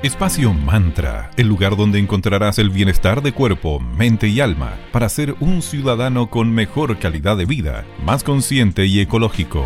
Espacio Mantra, el lugar donde encontrarás el bienestar de cuerpo, mente y alma para ser un ciudadano con mejor calidad de vida, más consciente y ecológico.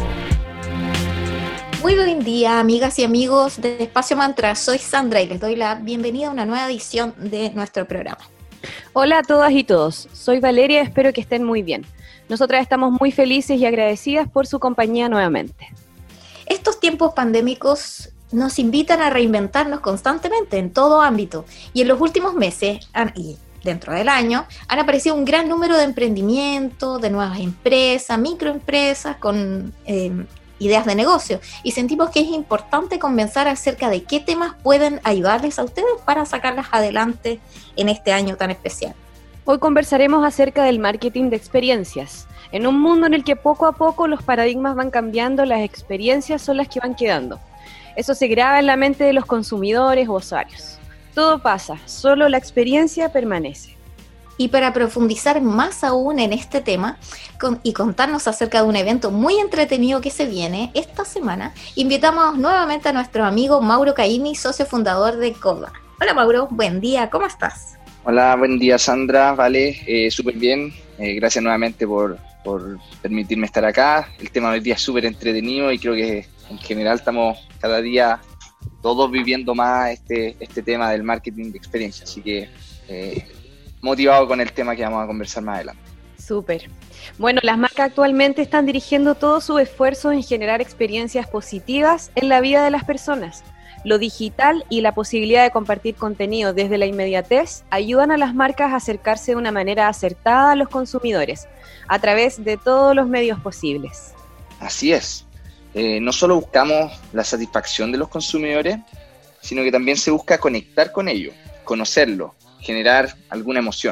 Muy buen día, amigas y amigos de Espacio Mantra. Soy Sandra y les doy la bienvenida a una nueva edición de nuestro programa. Hola a todas y todos, soy Valeria y espero que estén muy bien. Nosotras estamos muy felices y agradecidas por su compañía nuevamente. Estos tiempos pandémicos nos invitan a reinventarnos constantemente en todo ámbito y en los últimos meses y dentro del año han aparecido un gran número de emprendimientos, de nuevas empresas, microempresas con ideas de negocio y sentimos que es importante conversar acerca de qué temas pueden ayudarles a ustedes para sacarlas adelante en este año tan especial. Hoy conversaremos acerca del marketing de experiencias. En un mundo en el que poco a poco los paradigmas van cambiando, las experiencias son las que van quedando. Eso se graba en la mente de los consumidores o usuarios. Todo pasa, solo la experiencia permanece. Y para profundizar más aún en este tema y contarnos acerca de un evento muy entretenido que se viene esta semana, invitamos nuevamente a nuestro amigo Mauro Caimi, socio fundador de Coda. Hola Mauro, buen día, ¿cómo estás? Hola, buen día Sandra, vale, súper bien. Gracias nuevamente por permitirme estar acá. El tema de hoy día es súper entretenido y creo que en general estamos cada día todos viviendo más este tema del marketing de experiencia, así que motivado con el tema que vamos a conversar más adelante. Súper. Bueno, las marcas actualmente están dirigiendo todo su esfuerzo en generar experiencias positivas en la vida de las personas. Lo digital y la posibilidad de compartir contenido desde la inmediatez ayudan a las marcas a acercarse de una manera acertada a los consumidores, a través de todos los medios posibles. Así es. No solo buscamos la satisfacción de los consumidores, sino que también se busca conectar con ellos, conocerlos, generar alguna emoción.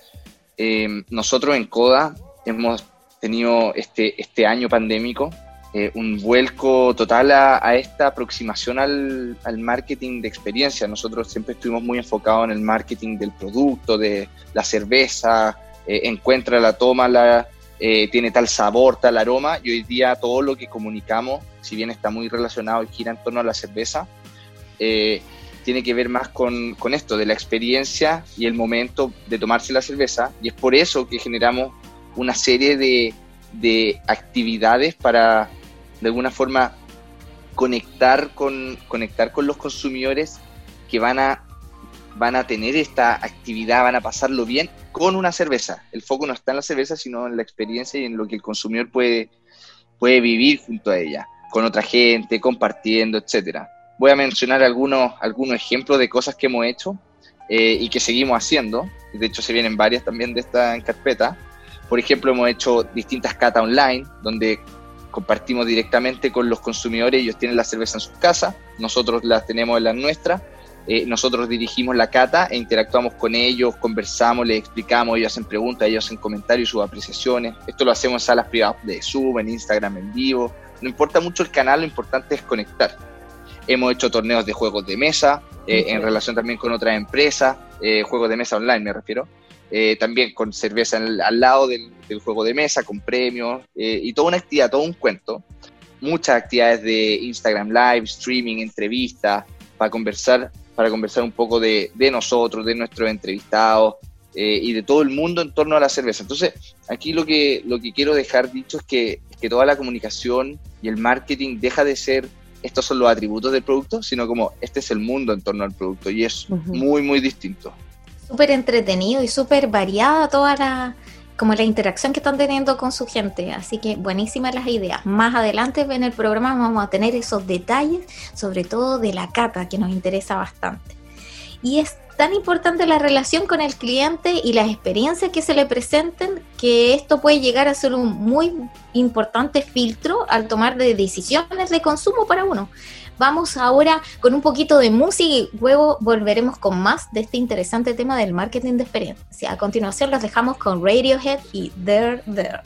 Nosotros en Coda hemos tenido este año pandémico un vuelco total a esta aproximación al marketing de experiencia. Nosotros siempre estuvimos muy enfocados en el marketing del producto, de la cerveza, encuéntrala, tómala, tiene tal sabor, tal aroma, y hoy día todo lo que comunicamos, si bien está muy relacionado y gira en torno a la cerveza, tiene que ver más con esto, de la experiencia y el momento de tomarse la cerveza, y es por eso que generamos una serie de actividades para, de alguna forma, conectar con los consumidores que van a tener esta actividad, van a pasarlo bien con una cerveza. El foco no está en la cerveza, sino en la experiencia y en lo que el consumidor puede vivir junto a ella, con otra gente, compartiendo, etcétera. Voy a mencionar algunos ejemplos de cosas que hemos hecho y que seguimos haciendo. De hecho, se vienen varias también de esta en carpeta. Por ejemplo, hemos hecho distintas catas online, donde compartimos directamente con los consumidores. Ellos tienen la cerveza en sus casas, nosotros las tenemos en las nuestras. Nosotros dirigimos la cata e interactuamos con ellos, conversamos, les explicamos, ellos hacen preguntas, ellos hacen comentarios, sus apreciaciones. Esto lo hacemos en salas privadas de Zoom, en Instagram en vivo. No importa mucho el canal, lo importante es conectar. Hemos hecho torneos de juegos de mesa, en relación también con otras empresas, juegos de mesa online me refiero. También con cerveza al lado del juego de mesa, con premios, y toda una actividad, todo un cuento. Muchas actividades de Instagram Live, streaming, entrevistas, para conversar un poco de nosotros, de nuestros entrevistados y de todo el mundo en torno a la cerveza. Entonces, aquí lo que quiero dejar dicho es que toda la comunicación y el marketing deja de ser estos son los atributos del producto, sino como este es el mundo en torno al producto y es muy, muy distinto. Súper entretenido y súper variada toda la interacción que están teniendo con su gente, así que buenísimas las ideas. Más adelante en el programa vamos a tener esos detalles, sobre todo de la cata, que nos interesa bastante. Y es tan importante la relación con el cliente y las experiencias que se le presenten, que esto puede llegar a ser un muy importante filtro al tomar decisiones de consumo para uno. Vamos ahora con un poquito de música y luego volveremos con más de este interesante tema del marketing de experiencia. A continuación los dejamos con Radiohead y There, There.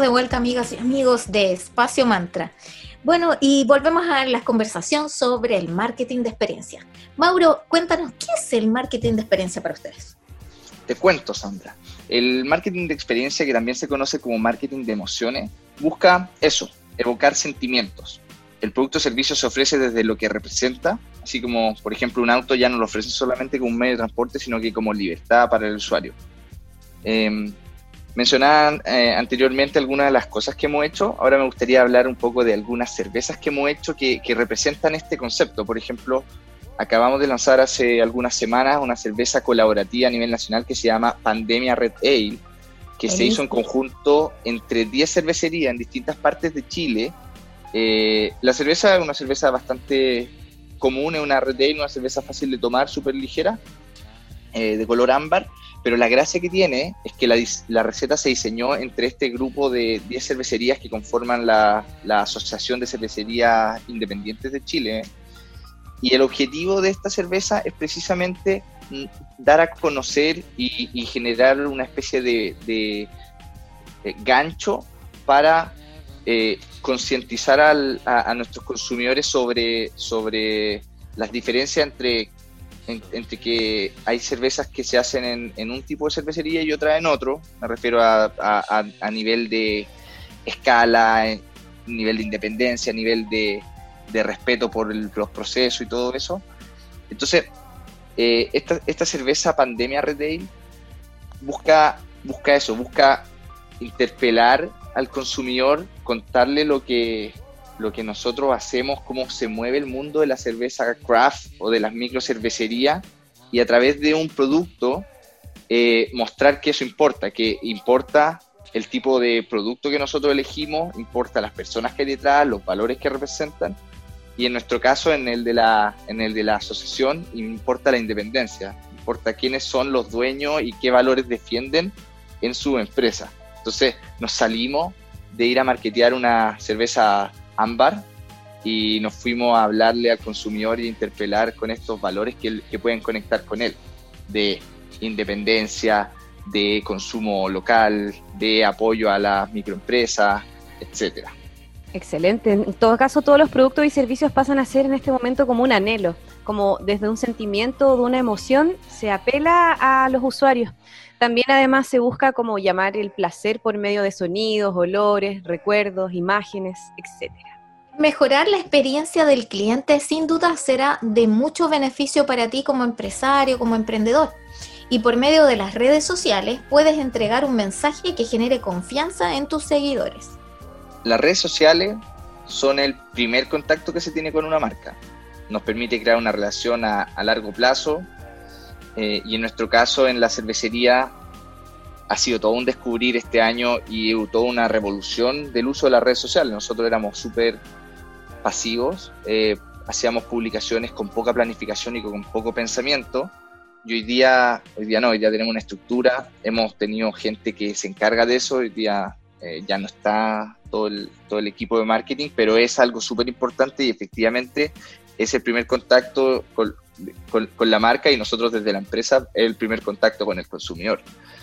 de vuelta, amigas y amigos de Espacio Mantra. Bueno, y volvemos a la conversación sobre el marketing de experiencia. Mauro, cuéntanos, ¿qué es el marketing de experiencia para ustedes? Te cuento, Sandra. El marketing de experiencia, que también se conoce como marketing de emociones, busca eso, evocar sentimientos. El producto o servicio se ofrece desde lo que representa, así como, por ejemplo, un auto ya no lo ofrece solamente como un medio de transporte, sino que como libertad para el usuario. Mencionaban anteriormente algunas de las cosas que hemos hecho. Ahora me gustaría hablar un poco de algunas cervezas que hemos hecho que representan este concepto. Por ejemplo, acabamos de lanzar hace algunas semanas una cerveza colaborativa a nivel nacional que se llama Pandemia Red Ale, que se hizo en conjunto entre 10 cervecerías en distintas partes de Chile. La cerveza es una cerveza bastante común, es una Red Ale, una cerveza fácil de tomar, súper ligera, de color ámbar. Pero la gracia que tiene es que la receta se diseñó entre este grupo de 10 cervecerías que conforman la Asociación de Cervecerías Independientes de Chile. Y el objetivo de esta cerveza es precisamente dar a conocer y generar una especie de gancho para concientizar a nuestros consumidores sobre las diferencias entre que hay cervezas que se hacen en un tipo de cervecería y otra en otro. Me refiero a nivel de escala, nivel de independencia, nivel de respeto por los procesos y todo eso. Entonces, esta cerveza Pandemia Red Ale busca eso, busca interpelar al consumidor, contarle lo que nosotros hacemos, cómo se mueve el mundo de la cerveza craft o de las microcervecerías, y a través de un producto mostrar que eso importa, que importa el tipo de producto que nosotros elegimos, importa las personas que hay detrás, los valores que representan, y en nuestro caso, en el de la asociación, importa la independencia, importa quiénes son los dueños y qué valores defienden en su empresa. Entonces nos salimos de ir a marketear una cerveza ámbar y nos fuimos a hablarle al consumidor y interpelar con estos valores que pueden conectar con él, de independencia, de consumo local, de apoyo a las microempresas, etcétera. Excelente. En todo caso, todos los productos y servicios pasan a ser en este momento como un anhelo, como desde un sentimiento o de una emoción se apela a los usuarios. También además se busca como llamar el placer por medio de sonidos, olores, recuerdos, imágenes, etcétera. Mejorar la experiencia del cliente sin duda será de mucho beneficio para ti como empresario, como emprendedor. Y por medio de las redes sociales puedes entregar un mensaje que genere confianza en tus seguidores. Las redes sociales son el primer contacto que se tiene con una marca. Nos permite crear una relación a largo plazo, y en nuestro caso en la cervecería ha sido todo un descubrir este año y toda una revolución del uso de las redes sociales. Nosotros éramos súper pasivos, hacíamos publicaciones con poca planificación y con poco pensamiento, y hoy día tenemos una estructura, hemos tenido gente que se encarga de eso. Hoy día ya no está todo el equipo de marketing, pero es algo súper importante y efectivamente es el primer contacto con la marca, y nosotros desde la empresa es el primer contacto con el consumidor.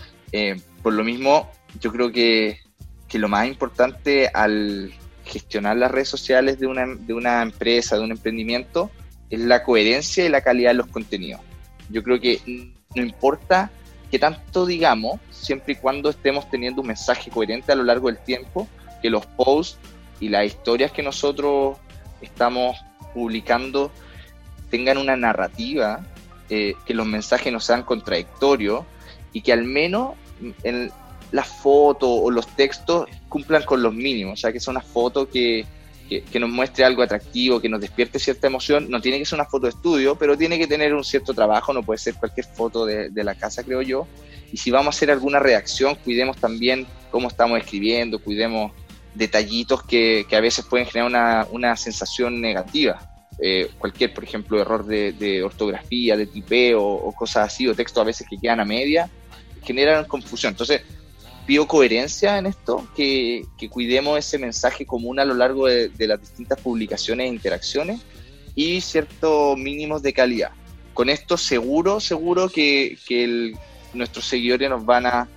Por lo mismo, yo creo que lo más importante al gestionar las redes sociales de una empresa, de un emprendimiento, es la coherencia y la calidad de los contenidos. Yo creo que no importa qué tanto digamos, siempre y cuando estemos teniendo un mensaje coherente a lo largo del tiempo, que los posts y las historias que nosotros estamos publicando tengan una narrativa, que los mensajes no sean contradictorios, y que al menos en las fotos o los textos cumplan con los mínimos. O sea, que sea una foto que nos muestre algo atractivo, que nos despierte cierta emoción. No tiene que ser una foto de estudio, pero tiene que tener un cierto trabajo, no puede ser cualquier foto de la casa, creo yo. Y si vamos a hacer alguna redacción, cuidemos también cómo estamos escribiendo, cuidemos detallitos que a veces pueden generar una sensación negativa. Cualquier, por ejemplo, error de ortografía, de tipeo o cosas así, o textos a veces que quedan a media, generan confusión. Entonces, pido coherencia en esto, que cuidemos ese mensaje común a lo largo de las distintas publicaciones e interacciones, y ciertos mínimos de calidad. Con esto seguro que nuestros seguidores nos van a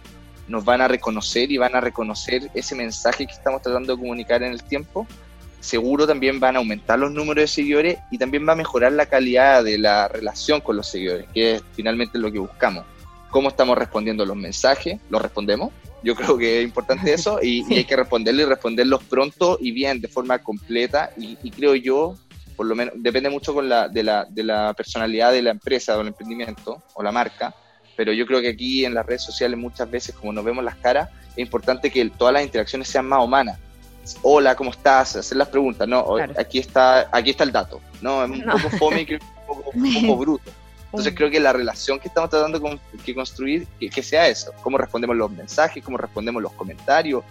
nos van a reconocer y van a reconocer ese mensaje que estamos tratando de comunicar en el tiempo, seguro también van a aumentar los números de seguidores y también va a mejorar la calidad de la relación con los seguidores, que es finalmente lo que buscamos. ¿Cómo estamos respondiendo los mensajes? ¿Los respondemos? Yo creo que es importante eso y hay que responderlos y responderlos pronto y bien, de forma completa y creo yo, por lo menos, depende mucho de la personalidad de la empresa o el emprendimiento o la marca, pero yo creo que aquí en las redes sociales muchas veces, como nos vemos las caras, es importante que todas las interacciones sean más humanas. Hola, ¿cómo estás? Hacer las preguntas, ¿no? Claro. Aquí está el dato, ¿no? Es un poco fome y un poco bruto. Entonces creo que la relación que estamos tratando de construir, que sea eso, cómo respondemos los mensajes, cómo respondemos los comentarios,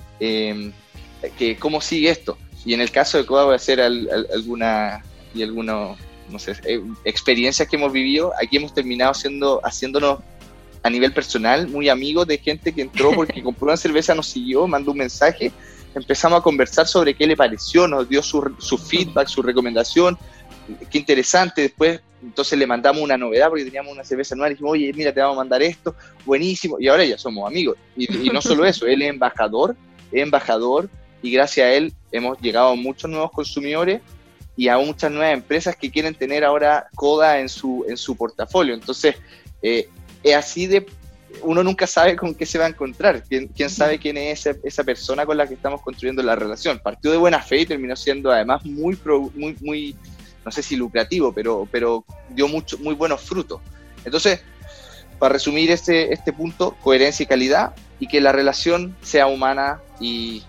cómo sigue esto. Y en el caso de Coda voy a hacer alguna no sé, experiencias que hemos vivido, aquí hemos terminado haciéndonos a nivel personal muy amigos de gente que entró porque compró una cerveza, nos siguió, mandó un mensaje, empezamos a conversar sobre qué le pareció, nos dio su feedback, su recomendación, qué interesante. Después entonces le mandamos una novedad porque teníamos una cerveza nueva y dijimos, oye, mira, te vamos a mandar esto, buenísimo, y ahora ya somos amigos. Y no solo eso, él es embajador y gracias a él hemos llegado a muchos nuevos consumidores y a muchas nuevas empresas que quieren tener ahora Coda en su portafolio. Entonces, es así de... Uno nunca sabe con qué se va a encontrar, quién sabe quién es esa persona con la que estamos construyendo la relación. Partió de buena fe y terminó siendo además muy no sé si lucrativo, pero dio muy buenos frutos. Entonces, para resumir este punto, coherencia y calidad, y que la relación sea humana y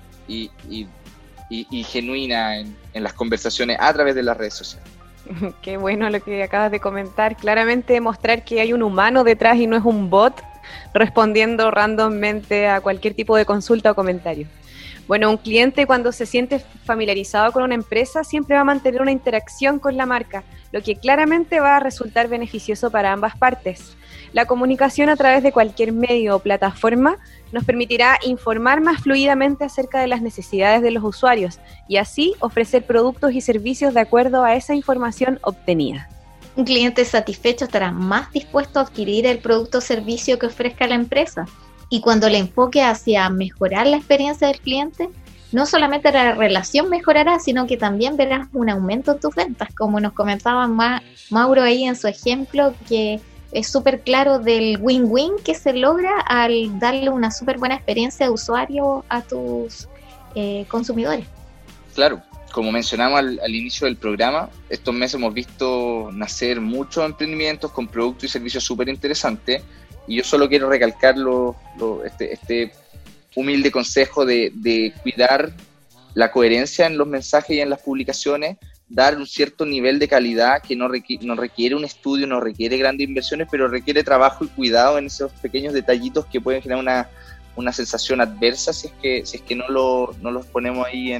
genuina en las conversaciones a través de las redes sociales. Qué bueno lo que acabas de comentar. Claramente demostrar que hay un humano detrás y no es un bot respondiendo randommente a cualquier tipo de consulta o comentario. Bueno, un cliente cuando se siente familiarizado con una empresa siempre va a mantener una interacción con la marca, lo que claramente va a resultar beneficioso para ambas partes. La comunicación a través de cualquier medio o plataforma nos permitirá informar más fluidamente acerca de las necesidades de los usuarios y así ofrecer productos y servicios de acuerdo a esa información obtenida. Un cliente satisfecho estará más dispuesto a adquirir el producto o servicio que ofrezca la empresa. Y cuando le enfoque hacia mejorar la experiencia del cliente, no solamente la relación mejorará, sino que también verás un aumento en tus ventas, como nos comentaba Mauro ahí en su ejemplo, que es súper claro del win-win que se logra al darle una súper buena experiencia de usuario a tus consumidores. Claro, como mencionamos al inicio del programa, estos meses hemos visto nacer muchos emprendimientos con productos y servicios súper interesantes. Y yo solo quiero recalcar este humilde consejo de cuidar la coherencia en los mensajes y en las publicaciones, dar un cierto nivel de calidad que no requiere un estudio, no requiere grandes inversiones, pero requiere trabajo y cuidado en esos pequeños detallitos que pueden generar una sensación adversa si es que no los ponemos ahí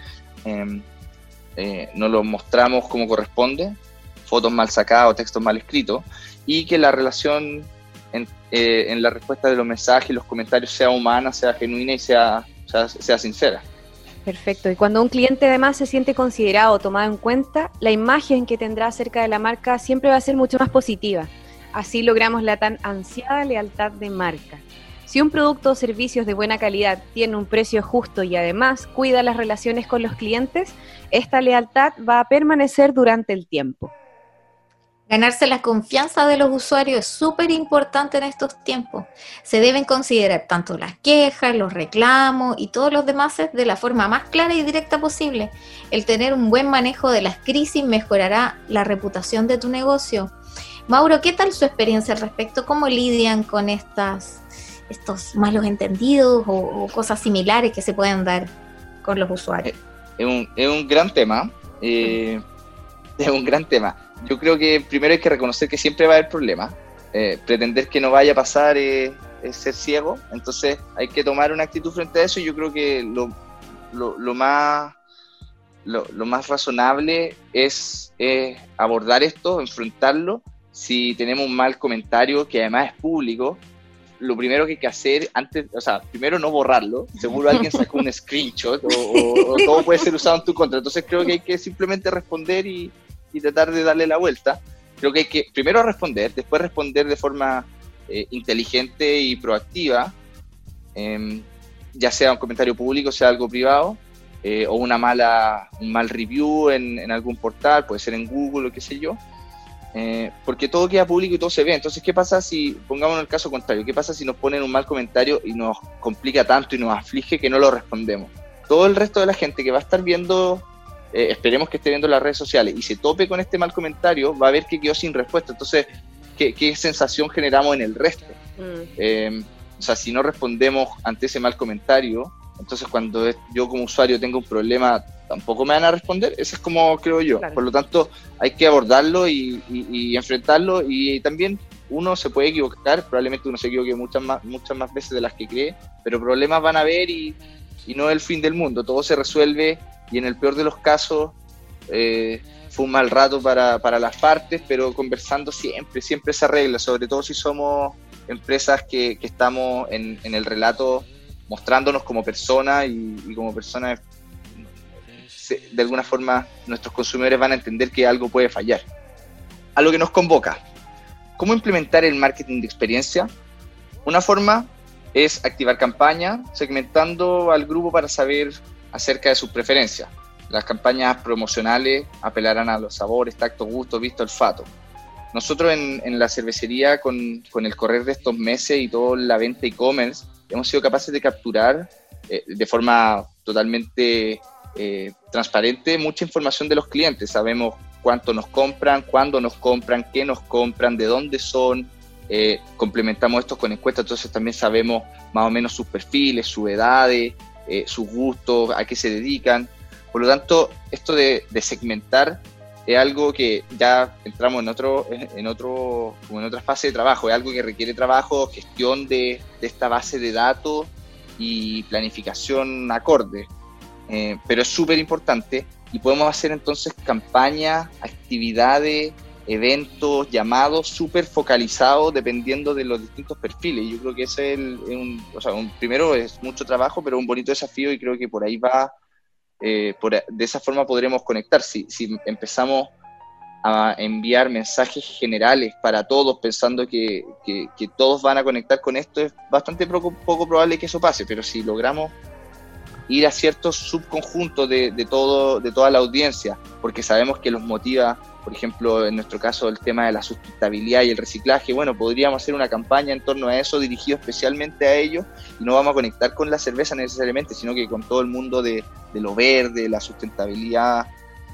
no los mostramos como corresponde, fotos mal sacadas o textos mal escritos, y que la relación en la respuesta de los mensajes y los comentarios sea humana, sea genuina y sea sincera. Perfecto. Y cuando un cliente además se siente considerado o tomado en cuenta, la imagen que tendrá acerca de la marca siempre va a ser mucho más positiva. Así logramos la tan ansiada lealtad de marca. Si un producto o servicio de buena calidad tiene un precio justo y además cuida las relaciones con los clientes, esta lealtad va a permanecer durante el tiempo. Ganarse la confianza de los usuarios es súper importante en estos tiempos. Se deben considerar tanto las quejas, los reclamos y todos los demás de la forma más clara y directa posible. El tener un buen manejo de las crisis mejorará la reputación de tu negocio. Mauro, ¿qué tal su experiencia al respecto? ¿Cómo lidian con estos malos entendidos o cosas similares que se pueden dar con los usuarios? Es un gran tema. Es un gran tema. Yo creo que primero hay que reconocer que siempre va a haber problemas. Pretender que no vaya a pasar es ser ciego. Entonces hay que tomar una actitud frente a eso. Y yo creo que lo más razonable es abordar esto, enfrentarlo. Si tenemos un mal comentario que además es público, lo primero que hay que hacer primero no borrarlo. Seguro alguien sacó un screenshot o todo puede ser usado en tu contra. Entonces creo que hay que simplemente responder y tratar de darle la vuelta. Creo que hay que primero responder, después responder de forma inteligente y proactiva, ya sea un comentario público, sea algo privado, o un mal review en algún portal, puede ser en Google o qué sé yo, porque todo queda público y todo se ve. Entonces, ¿qué pasa si, pongámonos el caso contrario, qué pasa si nos ponen un mal comentario y nos complica tanto y nos aflige que no lo respondemos? Todo el resto de la gente que va a estar viendo, esperemos que esté viendo las redes sociales y se tope con este mal comentario, va a ver que quedó sin respuesta. Entonces, ¿qué sensación generamos en el resto? O sea, si no respondemos ante ese mal comentario, entonces cuando yo como usuario tengo un problema, tampoco me van a responder. Eso es como creo yo. Claro. Por lo tanto, hay que abordarlo y enfrentarlo, y también uno se puede equivocar, probablemente uno se equivoque muchas más veces de las que cree, pero problemas van a haber y no es el fin del mundo. Todo se resuelve, y en el peor de los casos fue un mal rato para las partes, pero conversando siempre se arregla, sobre todo si somos empresas que estamos en el relato mostrándonos como personas, y como personas de alguna forma nuestros consumidores van a entender que algo puede fallar. A lo que nos convoca: ¿cómo implementar el marketing de experiencia? Una forma es activar campañas segmentando al grupo para saber acerca de sus preferencias. Las campañas promocionales apelarán a los sabores, tacto, gusto, vista, olfato. Nosotros en la cervecería, con el correr de estos meses y toda la venta e-commerce, hemos sido capaces de capturar de forma totalmente transparente mucha información de los clientes. Sabemos cuánto nos compran, cuándo nos compran, qué nos compran, de dónde son. Complementamos esto con encuestas, entonces también sabemos más o menos sus perfiles, sus edades, sus gustos, a qué se dedican. Por lo tanto, esto de segmentar es algo que ya entramos en otra fase de trabajo. Es algo que requiere trabajo, gestión de esta base de datos y planificación acorde. Pero es súper importante, y podemos hacer entonces campañas, actividades, eventos, llamados súper focalizados dependiendo de los distintos perfiles. Yo creo que ese es primero es mucho trabajo, pero un bonito desafío, y creo que por ahí va. De esa forma podremos conectar. Si empezamos a enviar mensajes generales para todos pensando que todos van a conectar con esto, es bastante poco probable que eso pase. Pero si logramos ir a ciertos subconjuntos de toda la audiencia, porque sabemos que los motiva, por ejemplo, en nuestro caso, el tema de la sustentabilidad y el reciclaje, bueno, podríamos hacer una campaña en torno a eso, dirigido especialmente a ellos, y no vamos a conectar con la cerveza necesariamente, sino que con todo el mundo de lo verde, la sustentabilidad,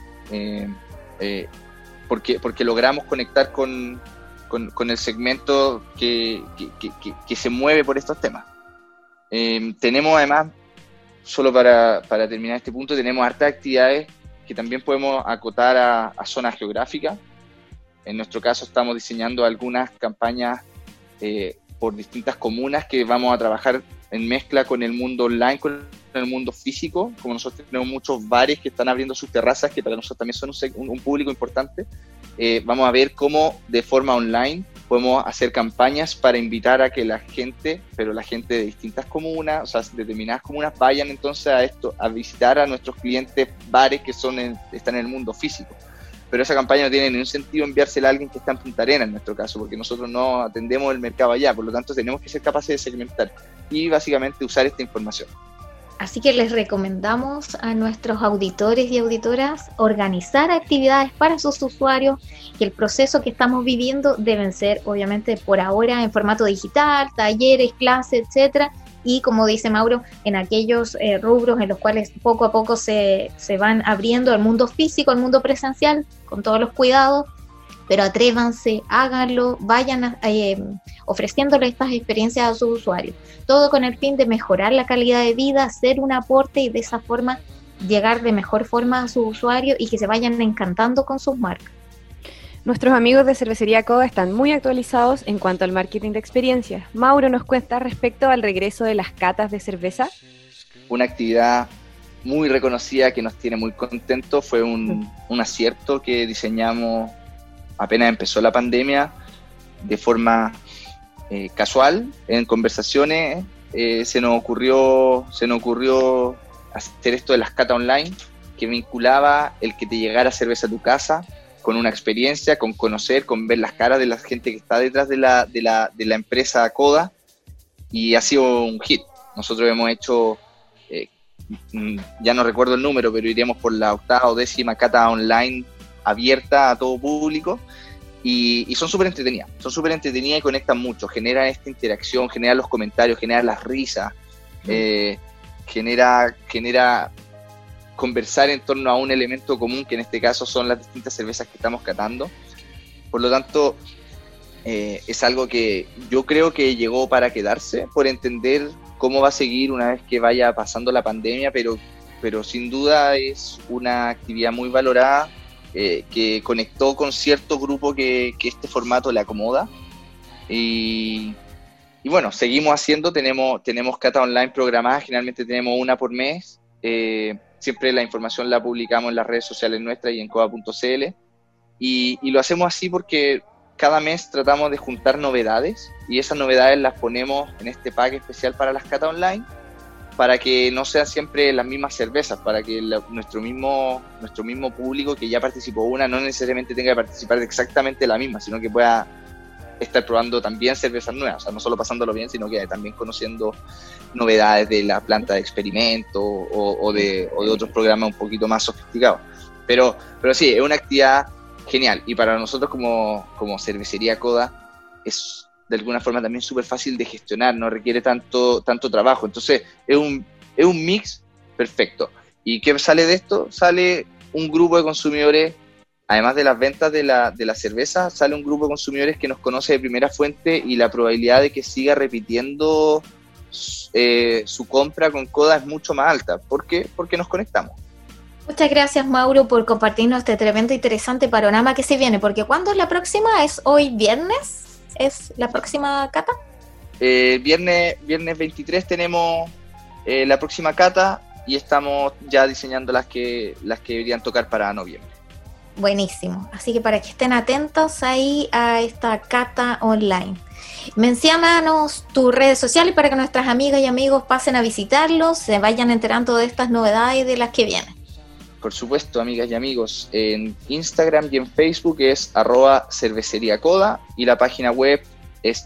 porque logramos conectar con el segmento que se mueve por estos temas. Tenemos además, solo para terminar este punto, tenemos hartas actividades que también podemos acotar a zonas geográficas. En nuestro caso estamos diseñando algunas campañas por distintas comunas que vamos a trabajar en mezcla con el mundo online, con el mundo físico. Como nosotros tenemos muchos bares que están abriendo sus terrazas, que para nosotros también son un público importante, vamos a ver cómo de forma online podemos hacer campañas para invitar a que la gente de distintas comunas, o sea, determinadas comunas, vayan entonces a visitar a nuestros clientes bares que están en el mundo físico. Pero esa campaña no tiene ningún sentido enviársela a alguien que está en Punta Arenas, en nuestro caso, porque nosotros no atendemos el mercado allá. Por lo tanto, tenemos que ser capaces de segmentar y básicamente usar esta información. Así que les recomendamos a nuestros auditores y auditoras organizar actividades para sus usuarios, y el proceso que estamos viviendo deben ser, obviamente, por ahora en formato digital, talleres, clases, etcétera, y como dice Mauro, en aquellos rubros en los cuales poco a poco se van abriendo al mundo físico, al mundo presencial, con todos los cuidados, pero atrévanse, háganlo, vayan ofreciéndole estas experiencias a sus usuarios, todo con el fin de mejorar la calidad de vida, hacer un aporte y de esa forma llegar de mejor forma a sus usuarios y que se vayan encantando con sus marcas. Nuestros amigos de Cervecería Coda están muy actualizados en cuanto al marketing de experiencia. Mauro nos cuenta respecto al regreso de las catas de cerveza. Una actividad muy reconocida que nos tiene muy contentos, fue un acierto que diseñamos apenas empezó la pandemia, de forma casual, en conversaciones, se nos ocurrió hacer esto de las catas online, que vinculaba el que te llegara cerveza a tu casa con una experiencia, con conocer, con ver las caras de la gente que está detrás de la empresa Coda, y ha sido un hit. Nosotros hemos hecho, ya no recuerdo el número, pero iríamos por la 8ª o 10ª cata online abierta a todo público, y son súper entretenidas y conectan mucho, generan esta interacción, generan los comentarios, generan las risas, genera conversar en torno a un elemento común, que en este caso son las distintas cervezas que estamos catando. Por lo tanto, es algo que yo creo que llegó para quedarse, por entender cómo va a seguir una vez que vaya pasando la pandemia, pero sin duda es una actividad muy valorada, que conectó con cierto grupo que este formato le acomoda. Y bueno, seguimos haciendo, tenemos cata online programadas, generalmente tenemos una por mes. Siempre la información la publicamos en las redes sociales nuestras y en coda.cl, y lo hacemos así porque cada mes tratamos de juntar novedades, y esas novedades las ponemos en este pack especial para las cata online, para que no sean siempre las mismas cervezas, para que nuestro mismo público que ya participó una no necesariamente tenga que participar de exactamente la misma, sino que pueda estar probando también cervezas nuevas, o sea, no solo pasándolo bien, sino que también conociendo novedades de la planta de experimento o de otros programas un poquito más sofisticados. Pero sí, es una actividad genial, y para nosotros como Cervecería Coda es de alguna forma también súper fácil de gestionar, no requiere tanto trabajo, entonces es un mix perfecto. ¿Y qué sale de esto? Sale un grupo de consumidores, además de las ventas de la cerveza, sale un grupo de consumidores que nos conoce de primera fuente, y la probabilidad de que siga repitiendo su compra con Coda es mucho más alta. ¿Por qué? Porque nos conectamos. Muchas gracias, Mauro, por compartirnos este tremendo interesante panorama que se viene, porque ¿cuándo es la próxima? ¿Es hoy viernes? ¿Es la próxima cata? Viernes 23 tenemos la próxima cata, y estamos ya diseñando las que deberían tocar para noviembre. Buenísimo, así que para que estén atentos ahí a esta cata online. Menciónanos tus redes sociales para que nuestras amigas y amigos pasen a visitarlos, se vayan enterando de estas novedades de las que vienen. Por supuesto, amigas y amigos, en Instagram y en Facebook es @cerveceriacoda, y la página web es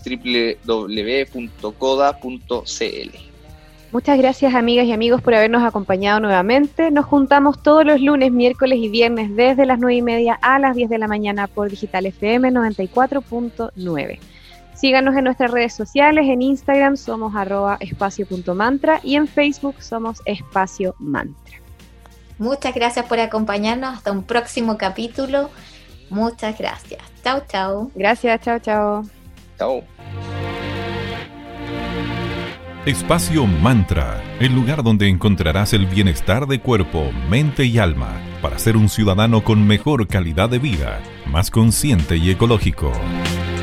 www.coda.cl. Muchas gracias, amigas y amigos, por habernos acompañado nuevamente. Nos juntamos todos los lunes, miércoles y viernes desde las 9:30 a las 10 de la mañana por Digital FM 94.9. Síganos en nuestras redes sociales. En Instagram somos @espacio.mantra y en Facebook somos Espacio Mantra. Muchas gracias por acompañarnos. Hasta un próximo capítulo. Muchas gracias. Chau, chau. Gracias, chao, chao. Chao. Espacio Mantra, el lugar donde encontrarás el bienestar de cuerpo, mente y alma para ser un ciudadano con mejor calidad de vida, más consciente y ecológico.